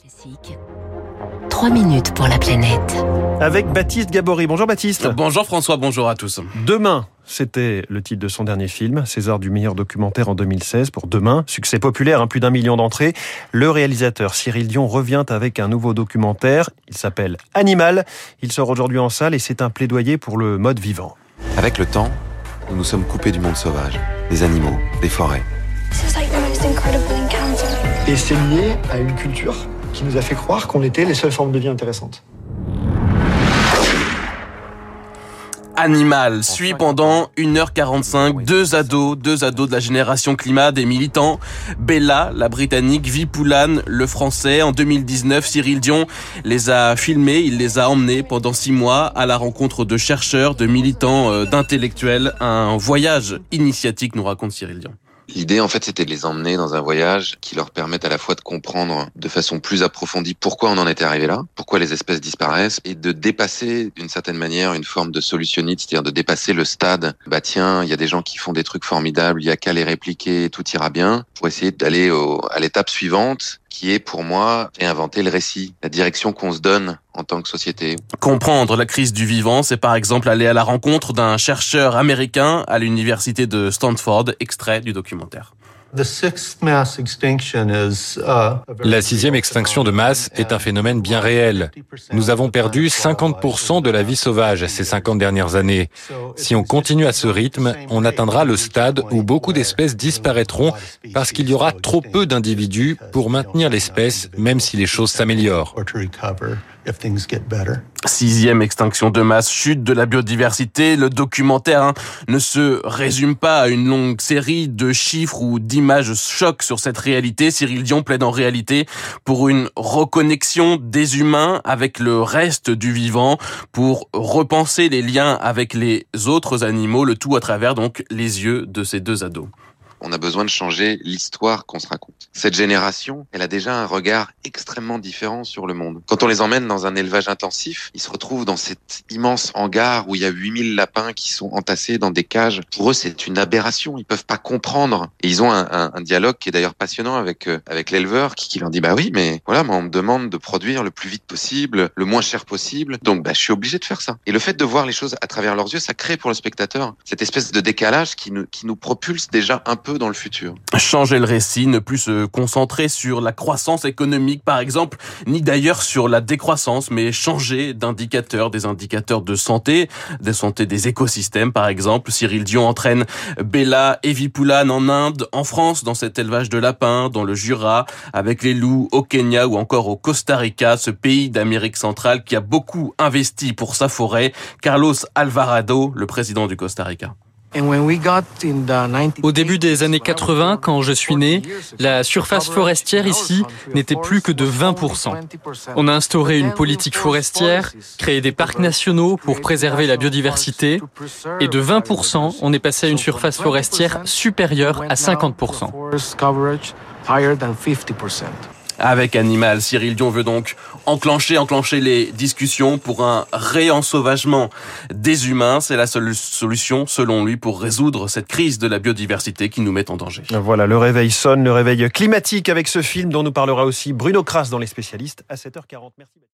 Classique. 3 minutes pour la planète. Avec Baptiste Gabory. Bonjour Baptiste. Bonjour François, bonjour à tous. Demain, c'était le titre de son dernier film, César du meilleur documentaire en 2016 pour Demain. Succès populaire, plus d'1 million d'entrées. Le réalisateur Cyril Dion revient avec un nouveau documentaire. Il s'appelle Animal. Il sort aujourd'hui en salle et c'est un plaidoyer pour le mode vivant. Avec le temps, nous nous sommes coupés du monde sauvage, des animaux, des forêts. Et c'est lié à une culture qui nous a fait croire qu'on était les seules formes de vie intéressantes. Animal suit pendant 1h45 deux ados de la génération climat, des militants. Bella, la britannique, Vipulan, le français. En 2019, Cyril Dion les a filmés, il les a emmenés pendant 6 mois à la rencontre de chercheurs, de militants, d'intellectuels. Un voyage initiatique, nous raconte Cyril Dion. L'idée, en fait, c'était de les emmener dans un voyage qui leur permette à la fois de comprendre de façon plus approfondie pourquoi on en était arrivé là, pourquoi les espèces disparaissent, et de dépasser, d'une certaine manière, une forme de solutionniste, c'est-à-dire de dépasser le stade, tiens, il y a des gens qui font des trucs formidables, il y a qu'à les répliquer, tout ira bien, pour essayer d'aller à l'étape suivante, qui est pour moi réinventer le récit, la direction qu'on se donne en tant que société. Comprendre la crise du vivant, c'est par exemple aller à la rencontre d'un chercheur américain à l'université de Stanford, extrait du documentaire. La sixième extinction de masse est un phénomène bien réel. Nous avons perdu 50% de la vie sauvage ces 50 dernières années. Si on continue à ce rythme, on atteindra le stade où beaucoup d'espèces disparaîtront parce qu'il y aura trop peu d'individus pour maintenir l'espèce, même si les choses s'améliorent. Sixième extinction de masse, chute de la biodiversité. Le documentaire ne se résume pas à une longue série de chiffres ou d'images chocs sur cette réalité. Cyril Dion plaide en réalité pour une reconnexion des humains avec le reste du vivant, pour repenser les liens avec les autres animaux, le tout à travers donc les yeux de ces deux ados. On a besoin de changer l'histoire qu'on se raconte. Cette génération, elle a déjà un regard extrêmement différent sur le monde. Quand on les emmène dans un élevage intensif, ils se retrouvent dans cet immense hangar où il y a 8000 lapins qui sont entassés dans des cages. Pour eux, c'est une aberration. Ils peuvent pas comprendre. Et ils ont un dialogue qui est d'ailleurs passionnant avec l'éleveur qui leur dit, oui, mais voilà, on me demande de produire le plus vite possible, le moins cher possible. Donc, je suis obligé de faire ça. Et le fait de voir les choses à travers leurs yeux, ça crée pour le spectateur cette espèce de décalage qui nous propulse déjà un peu dans le futur. Changer le récit, ne plus se concentrer sur la croissance économique par exemple, ni d'ailleurs sur la décroissance, mais changer d'indicateurs, des indicateurs de santé des écosystèmes par exemple. Cyril Dion entraîne Bella et Vipulan en Inde, en France, dans cet élevage de lapins, dans le Jura, avec les loups, au Kenya ou encore au Costa Rica, ce pays d'Amérique centrale qui a beaucoup investi pour sa forêt. Carlos Alvarado, le président du Costa Rica. Au début des années 80, quand je suis né, la surface forestière ici n'était plus que de 20%. On a instauré une politique forestière, créé des parcs nationaux pour préserver la biodiversité, et de 20%, on est passé à une surface forestière supérieure à 50%. Avec Animal, Cyril Dion veut donc enclencher les discussions pour un réensauvagement des humains. C'est la seule solution, selon lui, pour résoudre cette crise de la biodiversité qui nous met en danger. Voilà, le réveil sonne, le réveil climatique avec ce film dont nous parlera aussi Bruno Kras dans Les Spécialistes à 7h40. Merci.